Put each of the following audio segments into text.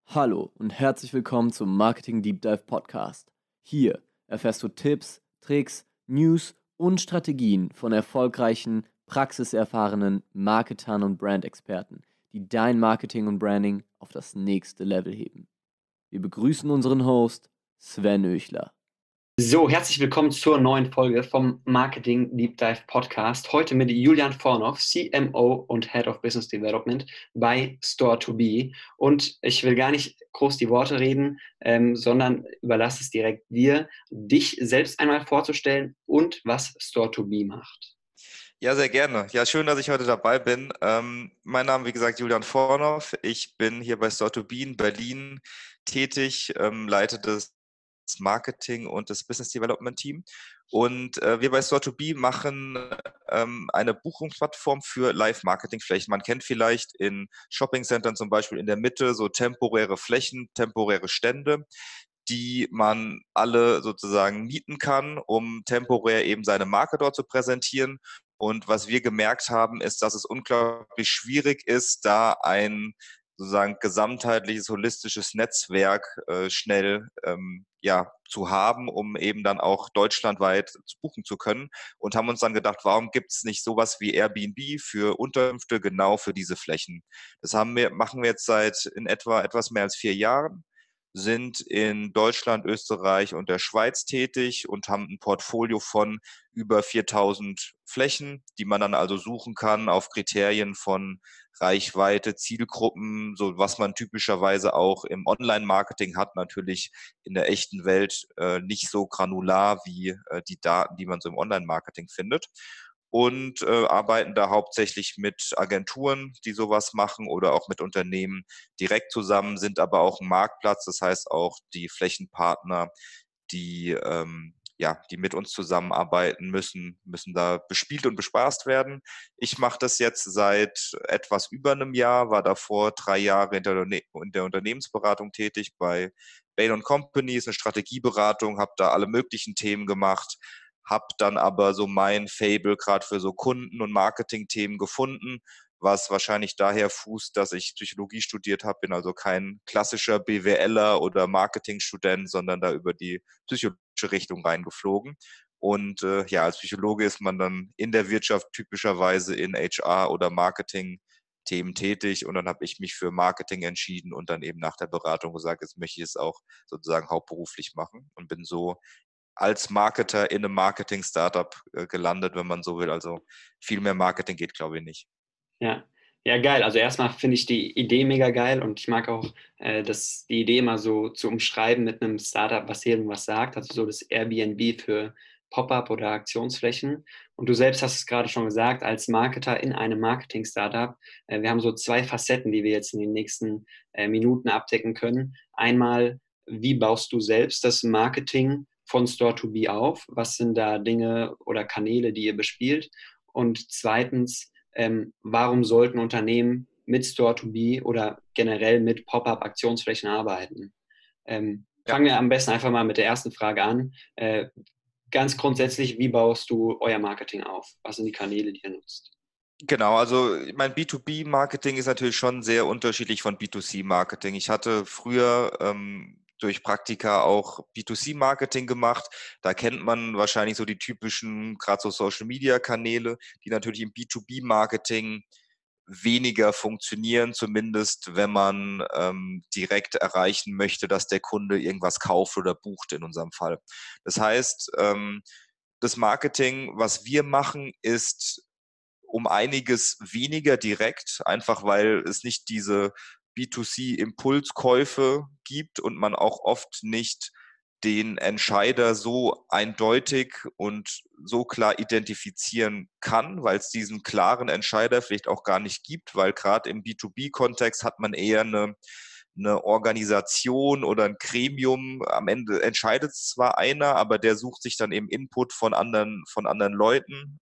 Hallo und herzlich willkommen zum Marketing Deep Dive Podcast. Hier erfährst du Tipps, Tricks, News und Strategien von erfolgreichen, praxiserfahrenen Marketern und Brandexperten, die dein Marketing und Branding auf das nächste Level heben. Wir begrüßen unseren Host Sven Oechler. So, herzlich willkommen zur neuen Folge vom Marketing Deep Dive Podcast. Heute mit Julian Fornow, CMO und Head of Business Development bei Store2B. Und ich will gar nicht groß die Worte reden, sondern überlasse es direkt dir, dich selbst einmal vorzustellen und was Store2B macht. Ja, sehr gerne. Ja, schön, dass ich heute dabei bin. Mein Name, wie gesagt, Julian Fornow. Ich bin hier bei Store2B in Berlin tätig, leite das Marketing und das Business Development Team. Und wir bei Store2B machen eine Buchungsplattform für Live-Marketing-Flächen. Man kennt vielleicht in Shopping-Centern zum Beispiel in der Mitte so temporäre Flächen, temporäre Stände, die man alle sozusagen mieten kann, um temporär eben seine Marke dort zu präsentieren. Und was wir gemerkt haben, ist, dass es unglaublich schwierig ist, da ein sozusagen gesamtheitliches, holistisches Netzwerk schnell zu haben, um eben dann auch deutschlandweit buchen zu können. Und haben uns dann gedacht, warum gibt es nicht sowas wie Airbnb für Unterkünfte genau für diese Flächen? Machen wir jetzt seit in etwa etwas mehr als 4 Jahren, sind in Deutschland, Österreich und der Schweiz tätig und haben ein Portfolio von über 4.000 Flächen, die man dann also suchen kann auf Kriterien von Reichweite, Zielgruppen, so was man typischerweise auch im Online-Marketing hat, natürlich in der echten Welt nicht so granular wie die Daten, die man so im Online-Marketing findet. Und arbeiten da hauptsächlich mit Agenturen, die sowas machen oder auch mit Unternehmen direkt zusammen, sind aber auch ein Marktplatz, das heißt auch die Flächenpartner, die die mit uns zusammenarbeiten müssen da bespielt und bespaßt werden. Ich mache das jetzt seit etwas über einem Jahr, war davor 3 Jahre in der Unternehmensberatung tätig bei Bain & Company, ist eine Strategieberatung, habe da alle möglichen Themen gemacht, habe dann aber so mein Faible gerade für so Kunden- und Marketing-Themen gefunden, was wahrscheinlich daher fußt, dass ich Psychologie studiert habe, bin also kein klassischer BWLer oder Marketingstudent, sondern da über die psychologische Richtung reingeflogen. Und als Psychologe ist man dann in der Wirtschaft typischerweise in HR oder Marketing-Themen tätig. Und dann habe ich mich für Marketing entschieden und dann eben nach der Beratung gesagt, jetzt möchte ich es auch sozusagen hauptberuflich machen und bin so als Marketer in einem Marketing-Startup gelandet, wenn man so will. Also viel mehr Marketing geht, glaube ich, nicht. Ja. Ja, geil. Also erstmal finde ich die Idee mega geil und ich mag auch die Idee immer so zu umschreiben mit einem Startup, was irgendwas sagt. Also so das Airbnb für Pop-up oder Aktionsflächen. Und du selbst hast es gerade schon gesagt, als Marketer in einem Marketing-Startup. Wir haben so 2 Facetten, die wir jetzt in den nächsten Minuten abdecken können. Einmal, wie baust du selbst das Marketing von Store2B auf? Was sind da Dinge oder Kanäle, die ihr bespielt? Und zweitens, warum sollten Unternehmen mit Store2B oder generell mit Pop-up-Aktionsflächen arbeiten? Ja. Fangen wir am besten einfach mal mit der ersten Frage an. Ganz grundsätzlich, wie baust du euer Marketing auf? Was sind die Kanäle, die ihr nutzt? Genau, also mein B2B-Marketing ist natürlich schon sehr unterschiedlich von B2C-Marketing. Ich hatte früher durch Praktika auch B2C-Marketing gemacht. Da kennt man wahrscheinlich so die typischen, gerade so Social-Media-Kanäle, die natürlich im B2B-Marketing weniger funktionieren, zumindest wenn man direkt erreichen möchte, dass der Kunde irgendwas kauft oder bucht in unserem Fall. Das heißt, das Marketing, was wir machen, ist um einiges weniger direkt, einfach weil es nicht diese B2C-Impulskäufe gibt und man auch oft nicht den Entscheider so eindeutig und so klar identifizieren kann, weil es diesen klaren Entscheider vielleicht auch gar nicht gibt, weil gerade im B2B-Kontext hat man eher eine Organisation oder ein Gremium. Am Ende entscheidet es zwar einer, aber der sucht sich dann eben Input von anderen Leuten.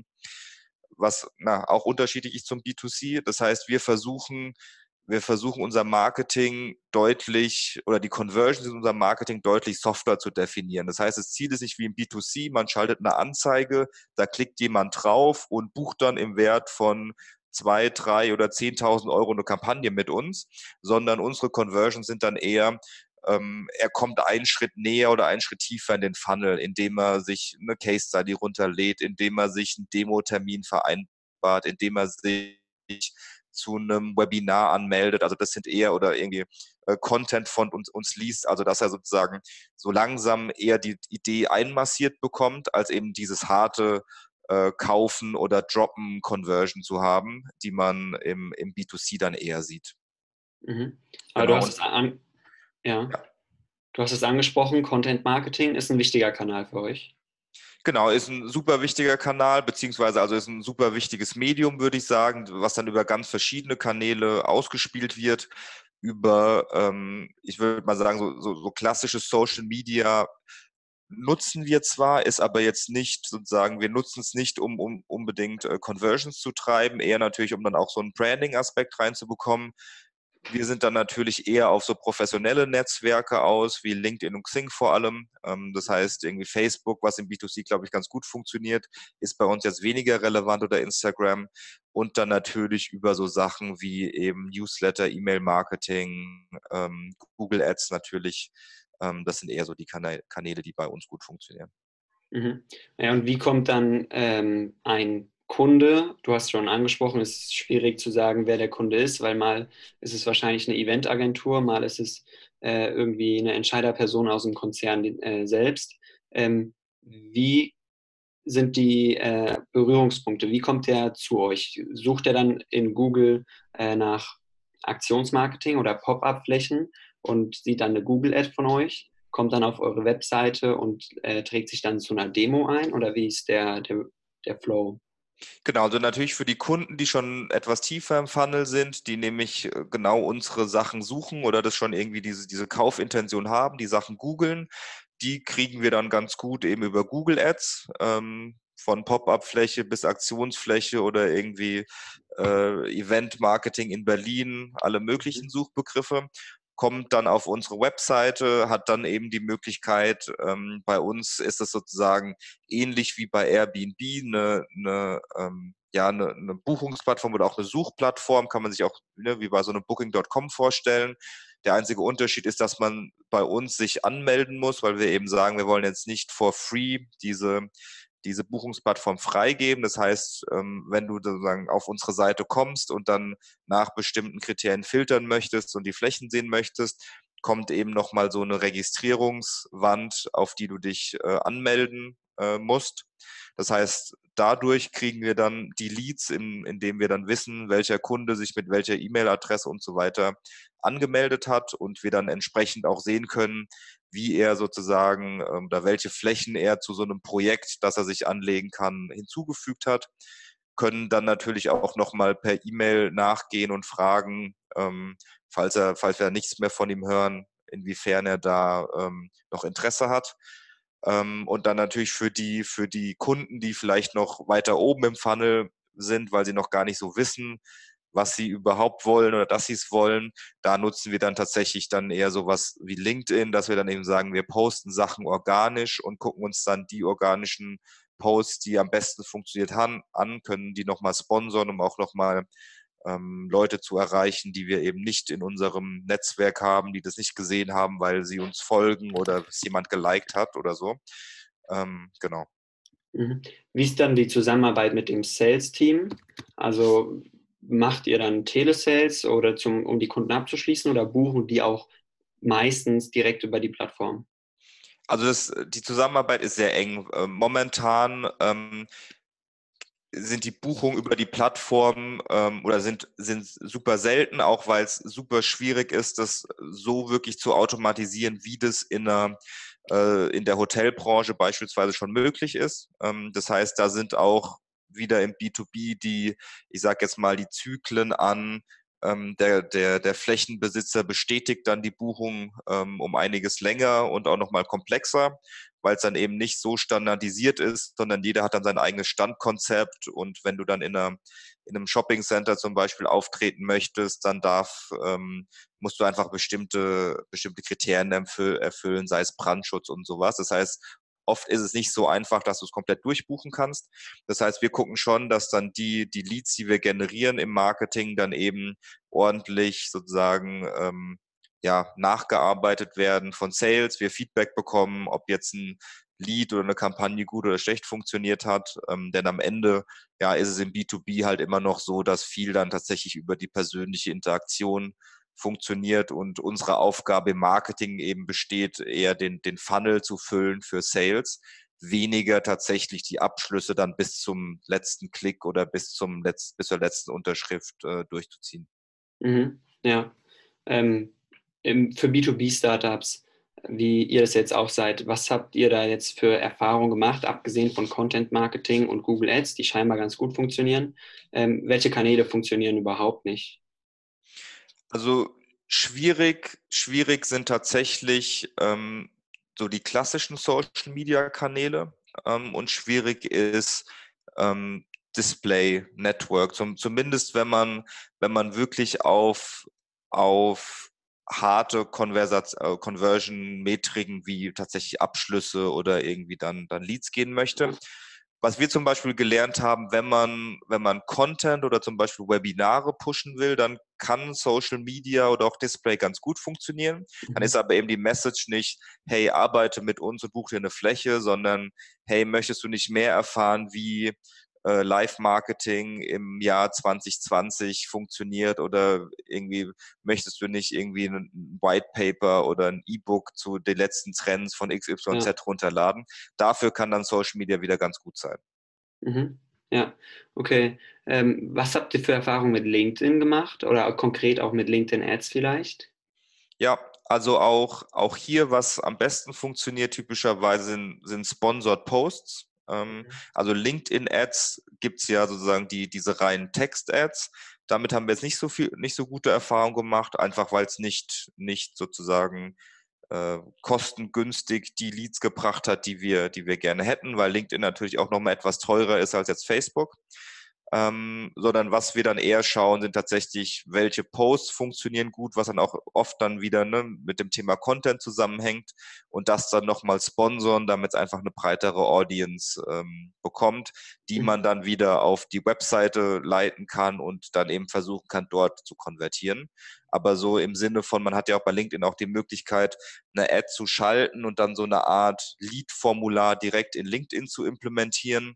Was auch unterschiedlich ist zum B2C. Das heißt, wir versuchen unser Marketing deutlich oder die Conversions in unserem Marketing deutlich softer zu definieren. Das heißt, das Ziel ist nicht wie im B2C, man schaltet eine Anzeige, da klickt jemand drauf und bucht dann im Wert von 2, 3 oder 10.000 Euro eine Kampagne mit uns, sondern unsere Conversions sind dann eher, er kommt einen Schritt näher oder einen Schritt tiefer in den Funnel, indem er sich eine Case Study runterlädt, indem er sich einen Demo-Termin vereinbart, indem er sich zu einem Webinar anmeldet. Also das sind eher oder irgendwie Content von uns liest, also dass er sozusagen so langsam eher die Idee einmassiert bekommt, als eben dieses harte Kaufen oder Droppen Conversion zu haben, die man im B2C dann eher sieht. Aber genau. Ja. Du hast es angesprochen, Content Marketing ist ein wichtiger Kanal für euch. Genau, ist ein super wichtiger Kanal, beziehungsweise also ist ein super wichtiges Medium, würde ich sagen, was dann über ganz verschiedene Kanäle ausgespielt wird. Über, ich würde mal sagen, so klassische Social Media nutzen wir zwar, ist aber jetzt nicht sozusagen, wir nutzen es nicht, um unbedingt Conversions zu treiben, eher natürlich, um dann auch so einen Branding-Aspekt reinzubekommen. Wir sind dann natürlich eher auf so professionelle Netzwerke aus, wie LinkedIn und Xing vor allem. Das heißt, irgendwie Facebook, was im B2C, glaube ich, ganz gut funktioniert, ist bei uns jetzt weniger relevant oder Instagram. Und dann natürlich über so Sachen wie eben Newsletter, E-Mail-Marketing, Google Ads natürlich. Das sind eher so die Kanäle, die bei uns gut funktionieren. Ja, und wie kommt dann ein Kunde, du hast schon angesprochen, es ist schwierig zu sagen, wer der Kunde ist, weil mal ist es wahrscheinlich eine Eventagentur, mal ist es irgendwie eine Entscheiderperson aus dem Konzern selbst. Wie sind die Berührungspunkte? Wie kommt der zu euch? Sucht er dann in Google nach Aktionsmarketing oder Pop-up-Flächen und sieht dann eine Google-Ad von euch? Kommt dann auf eure Webseite und trägt sich dann zu einer Demo ein? Oder wie ist der Flow? Genau, also natürlich für die Kunden, die schon etwas tiefer im Funnel sind, die nämlich genau unsere Sachen suchen oder das schon irgendwie diese Kaufintention haben, die Sachen googeln, die kriegen wir dann ganz gut eben über Google Ads, von Pop-up-Fläche bis Aktionsfläche oder irgendwie Event-Marketing in Berlin, alle möglichen Suchbegriffe, kommt dann auf unsere Webseite, hat dann eben die Möglichkeit, bei uns ist es sozusagen ähnlich wie bei Airbnb eine Buchungsplattform oder auch eine Suchplattform, kann man sich auch wie bei so einem Booking.com vorstellen. Der einzige Unterschied ist, dass man bei uns sich anmelden muss, weil wir eben sagen, wir wollen jetzt nicht for free diese Buchungsplattform freigeben. Das heißt, wenn du sozusagen auf unsere Seite kommst und dann nach bestimmten Kriterien filtern möchtest und die Flächen sehen möchtest, kommt eben nochmal so eine Registrierungswand, auf die du dich anmelden musst. Das heißt, dadurch kriegen wir dann die Leads, indem wir dann wissen, welcher Kunde sich mit welcher E-Mail-Adresse und so weiter angemeldet hat und wir dann entsprechend auch sehen können, wie er sozusagen oder welche Flächen er zu so einem Projekt, das er sich anlegen kann, hinzugefügt hat, können dann natürlich auch nochmal per E-Mail nachgehen und fragen, falls wir nichts mehr von ihm hören, inwiefern er da noch Interesse hat. Und dann natürlich für die Kunden, die vielleicht noch weiter oben im Funnel sind, weil sie noch gar nicht so wissen, was sie überhaupt wollen oder dass sie es wollen. Da nutzen wir dann tatsächlich dann eher sowas wie LinkedIn, dass wir dann eben sagen, wir posten Sachen organisch und gucken uns dann die organischen Posts, die am besten funktioniert haben, an, können die nochmal sponsern, um auch nochmal Leute zu erreichen, die wir eben nicht in unserem Netzwerk haben, die das nicht gesehen haben, weil sie uns folgen oder es jemand geliked hat oder so. Genau. Wie ist dann die Zusammenarbeit mit dem Sales-Team? Also macht ihr dann Telesales oder um die Kunden abzuschließen oder buchen die auch meistens direkt über die Plattform? Also die Zusammenarbeit ist sehr eng. Momentan sind die Buchungen über die Plattform oder sind super selten, auch weil es super schwierig ist, das so wirklich zu automatisieren, wie das in der Hotelbranche beispielsweise schon möglich ist. Das heißt, da sind auch wieder im B2B ich sage jetzt mal, die Zyklen an. Der Flächenbesitzer bestätigt dann die Buchung um einiges länger und auch nochmal komplexer, weil es dann eben nicht so standardisiert ist, sondern jeder hat dann sein eigenes Standkonzept und wenn du dann in einem Shopping-Center zum Beispiel auftreten möchtest, dann musst du einfach bestimmte Kriterien erfüllen, sei es Brandschutz und sowas. Das heißt, oft ist es nicht so einfach, dass du es komplett durchbuchen kannst. Das heißt, wir gucken schon, dass dann die Leads, die wir generieren im Marketing, dann eben ordentlich sozusagen nachgearbeitet werden von Sales, wir Feedback bekommen, ob jetzt ein Lead oder eine Kampagne gut oder schlecht funktioniert hat. Denn am Ende ist es im B2B halt immer noch so, dass viel dann tatsächlich über die persönliche Interaktion funktioniert und unsere Aufgabe im Marketing eben besteht, eher den Funnel zu füllen für Sales, weniger tatsächlich die Abschlüsse dann bis zum letzten Klick oder bis zur letzten Unterschrift durchzuziehen. Ja. Für B2B-Startups, wie ihr das jetzt auch seid, was habt ihr da jetzt für Erfahrungen gemacht, abgesehen von Content Marketing und Google Ads, die scheinbar ganz gut funktionieren? Welche Kanäle funktionieren überhaupt nicht? Also schwierig sind tatsächlich so die klassischen Social-Media-Kanäle und schwierig ist Display Network. Zumindest wenn man wirklich auf harte Conversion-Metriken wie tatsächlich Abschlüsse oder irgendwie dann Leads gehen möchte. Was wir zum Beispiel gelernt haben, wenn man Content oder zum Beispiel Webinare pushen will, dann kann Social Media oder auch Display ganz gut funktionieren. Dann ist aber eben die Message nicht, hey, arbeite mit uns und buch dir eine Fläche, sondern hey, möchtest du nicht mehr erfahren, wie Live-Marketing im Jahr 2020 funktioniert oder irgendwie möchtest du nicht irgendwie ein White Paper oder ein E-Book zu den letzten Trends von XYZ runterladen. Dafür kann dann Social Media wieder ganz gut sein. Ja, okay. Was habt ihr für Erfahrungen mit LinkedIn gemacht oder konkret auch mit LinkedIn Ads vielleicht? Ja, also auch hier, was am besten funktioniert, typischerweise sind Sponsored Posts. Also LinkedIn-Ads gibt es ja sozusagen diese reinen Text-Ads. Damit haben wir jetzt nicht so gute Erfahrungen gemacht, einfach weil es nicht sozusagen kostengünstig die Leads gebracht hat, die wir gerne hätten, weil LinkedIn natürlich auch nochmal etwas teurer ist als jetzt Facebook. Sondern was wir dann eher schauen, sind tatsächlich, welche Posts funktionieren gut, was dann auch oft dann wieder mit dem Thema Content zusammenhängt und das dann nochmal sponsoren, damit es einfach eine breitere Audience bekommt, die man dann wieder auf die Webseite leiten kann und dann eben versuchen kann, dort zu konvertieren. Aber so im Sinne von, man hat ja auch bei LinkedIn auch die Möglichkeit, eine Ad zu schalten und dann so eine Art Lead-Formular direkt in LinkedIn zu implementieren.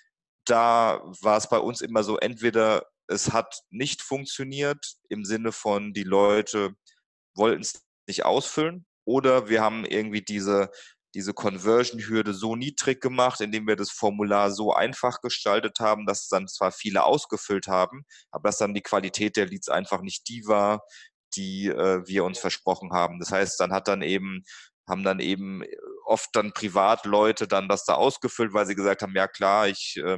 Da war es bei uns immer so, entweder es hat nicht funktioniert im Sinne von, die Leute wollten es nicht ausfüllen oder wir haben irgendwie diese Conversion-Hürde so niedrig gemacht, indem wir das Formular so einfach gestaltet haben, dass dann zwar viele ausgefüllt haben, aber dass dann die Qualität der Leads einfach nicht die war, die wir uns versprochen haben. Das heißt, haben dann eben oft dann Privatleute dann das da ausgefüllt, weil sie gesagt haben, ja klar,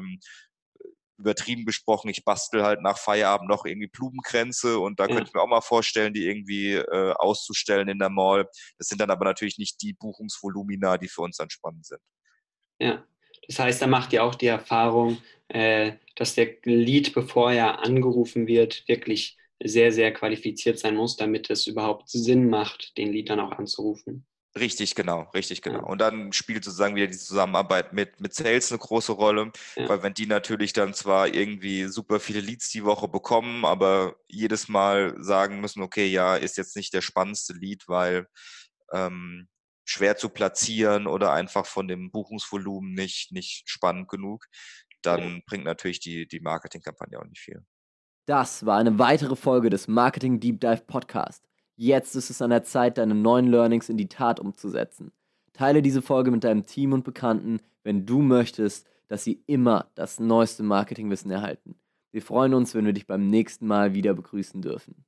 übertrieben gesprochen, ich bastel halt nach Feierabend noch irgendwie Blumenkränze und da könnte ich mir auch mal vorstellen, die irgendwie auszustellen in der Mall. Das sind dann aber natürlich nicht die Buchungsvolumina, die für uns dann spannend sind. Ja, das heißt, da macht ihr auch die Erfahrung, dass der Lead, bevor er angerufen wird, wirklich sehr, sehr qualifiziert sein muss, damit es überhaupt Sinn macht, den Lead dann auch anzurufen. Richtig, genau. Ja. Und dann spielt sozusagen wieder die Zusammenarbeit mit Sales eine große Rolle, weil wenn die natürlich dann zwar irgendwie super viele Leads die Woche bekommen, aber jedes Mal sagen müssen, okay, ja, ist jetzt nicht der spannendste Lead, weil schwer zu platzieren oder einfach von dem Buchungsvolumen nicht spannend genug, dann bringt natürlich die Marketingkampagne auch nicht viel. Das war eine weitere Folge des Marketing Deep Dive Podcast. Jetzt ist es an der Zeit, deine neuen Learnings in die Tat umzusetzen. Teile diese Folge mit deinem Team und Bekannten, wenn du möchtest, dass sie immer das neueste Marketingwissen erhalten. Wir freuen uns, wenn wir dich beim nächsten Mal wieder begrüßen dürfen.